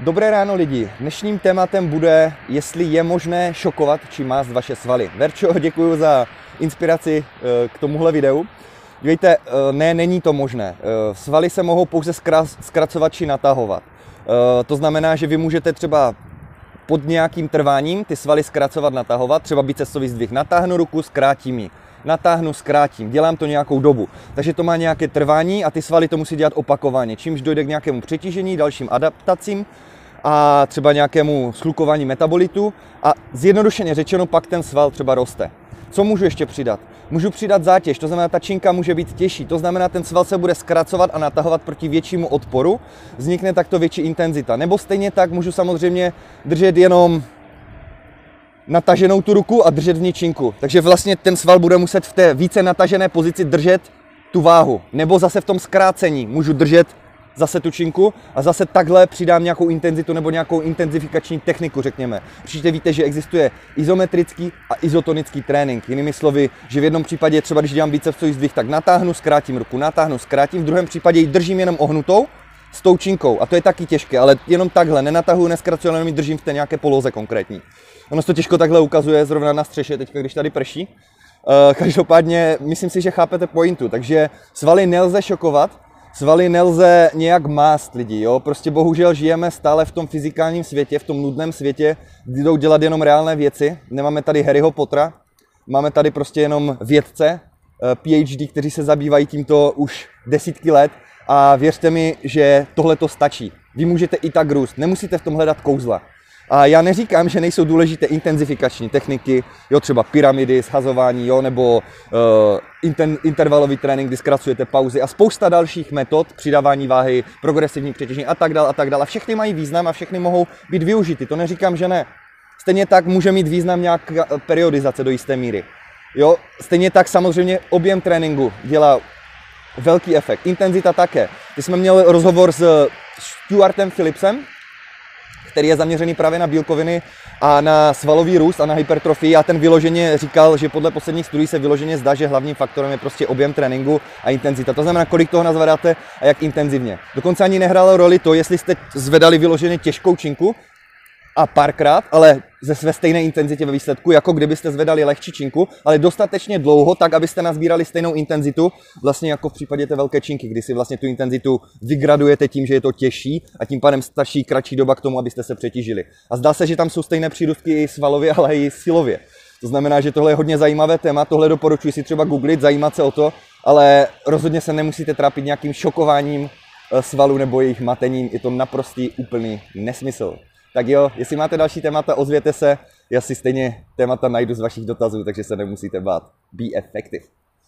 Dobré ráno lidi, dnešním tématem bude, jestli je možné šokovat či mást vaše svaly. Verčo, děkuji za inspiraci k tomuhle videu. Dívejte, ne, není to možné. Svaly se mohou pouze zkracovat či natahovat. To znamená, že vy můžete třeba pod nějakým trváním ty svaly zkracovat, natahovat, třeba bicepsový zdvih. Natáhnu ruku, zkrátím ji. Natáhnu, zkrátím, dělám to nějakou dobu. Takže to má nějaké trvání a ty svaly to musí dělat opakovaně, čímž dojde k nějakému přetížení, dalším adaptacím a třeba nějakému shlukování metabolitu a zjednodušeně řečeno pak ten sval třeba roste. Co můžu ještě přidat? Můžu přidat zátěž, to znamená, ta činka může být těžší, to znamená, ten sval se bude zkracovat a natahovat proti většímu odporu, vznikne takto větší intenzita. Nebo stejně tak můžu samozřejmě držet jenom nataženou tu ruku a držet v ní činku. Takže vlastně ten sval bude muset v té více natažené pozici držet tu váhu. Nebo zase v tom zkrácení můžu držet zase tu činku a zase takhle přidám nějakou intenzitu nebo nějakou intenzifikační techniku, řekněme. Určitě víte, že existuje izometrický a izotonický trénink. Jinými slovy, že v jednom případě třeba když dělám bicepsový zdvih, tak natáhnu, zkrátím ruku, natáhnu, zkrátím, v druhém případě ji držím jenom ohnutou s tou činkou a to je taky těžké, ale jenom takhle, nenatahuji, nezkracuji, jenom ji držím v té nějaké poloze konkrétní. Ono se to těžko takhle ukazuje zrovna na střeše, teďka když tady prší. Každopádně myslím si, že chápete pointu, takže svaly nelze šokovat, svaly nelze nějak mást lidi, jo? Prostě bohužel žijeme stále v tom fyzikálním světě, v tom nudném světě, kdy jdou dělat jenom reálné věci. Nemáme tady Harryho Pottera, máme tady prostě jenom vědce, PhD, kteří se zabývají tímto už desítky let a věřte mi, že tohle to stačí. Vy můžete i tak růst, nemusíte v tom hledat kouzla. A já neříkám, že nejsou důležité intenzifikační techniky, jo, třeba pyramidy, shazování, jo, nebo intervalový trénink, kdy zkracujete pauzy a spousta dalších metod, přidávání váhy, progresivní přetěžení a tak dále a tak dále. Všechny mají význam a všechny mohou být využity, to neříkám, že ne. Stejně tak může mít význam nějaká periodizace do jisté míry. Jo, stejně tak samozřejmě objem tréninku dělá velký efekt, intenzita také. Když jsme měli rozhovor s Stuartem Philipsem, který je zaměřený právě na bílkoviny a na svalový růst a na hypertrofii a ten vyloženě říkal, že podle posledních studií se vyloženě zdá, že hlavním faktorem je prostě objem tréninku a intenzita. To znamená, kolik toho nazvedáte a jak intenzivně. Dokonce ani nehrálo roli to, jestli jste zvedali vyloženě těžkou činku a párkrát, ale ve stejné intenzitě ve výsledku, jako kdybyste zvedali lehčí činku, ale dostatečně dlouho, tak abyste nazbírali stejnou intenzitu, vlastně jako v případě té velké činky, kdy si vlastně tu intenzitu vygradujete tím, že je to těžší a tím pádem stačí kratší doba k tomu, abyste se přetížili. A zdá se, že tam jsou stejné přírůstky i svalově, ale i silově. To znamená, že tohle je hodně zajímavé téma, tohle doporučuji si třeba googlit, zajímat se o to, ale rozhodně se nemusíte trápit nějakým šokováním svalů nebo jejich matením, je to naprostý úplný nesmysl. Tak jo, jestli máte další témata, ozvěte se, já si stejně témata najdu z vašich dotazů, takže se nemusíte bát. Be effective.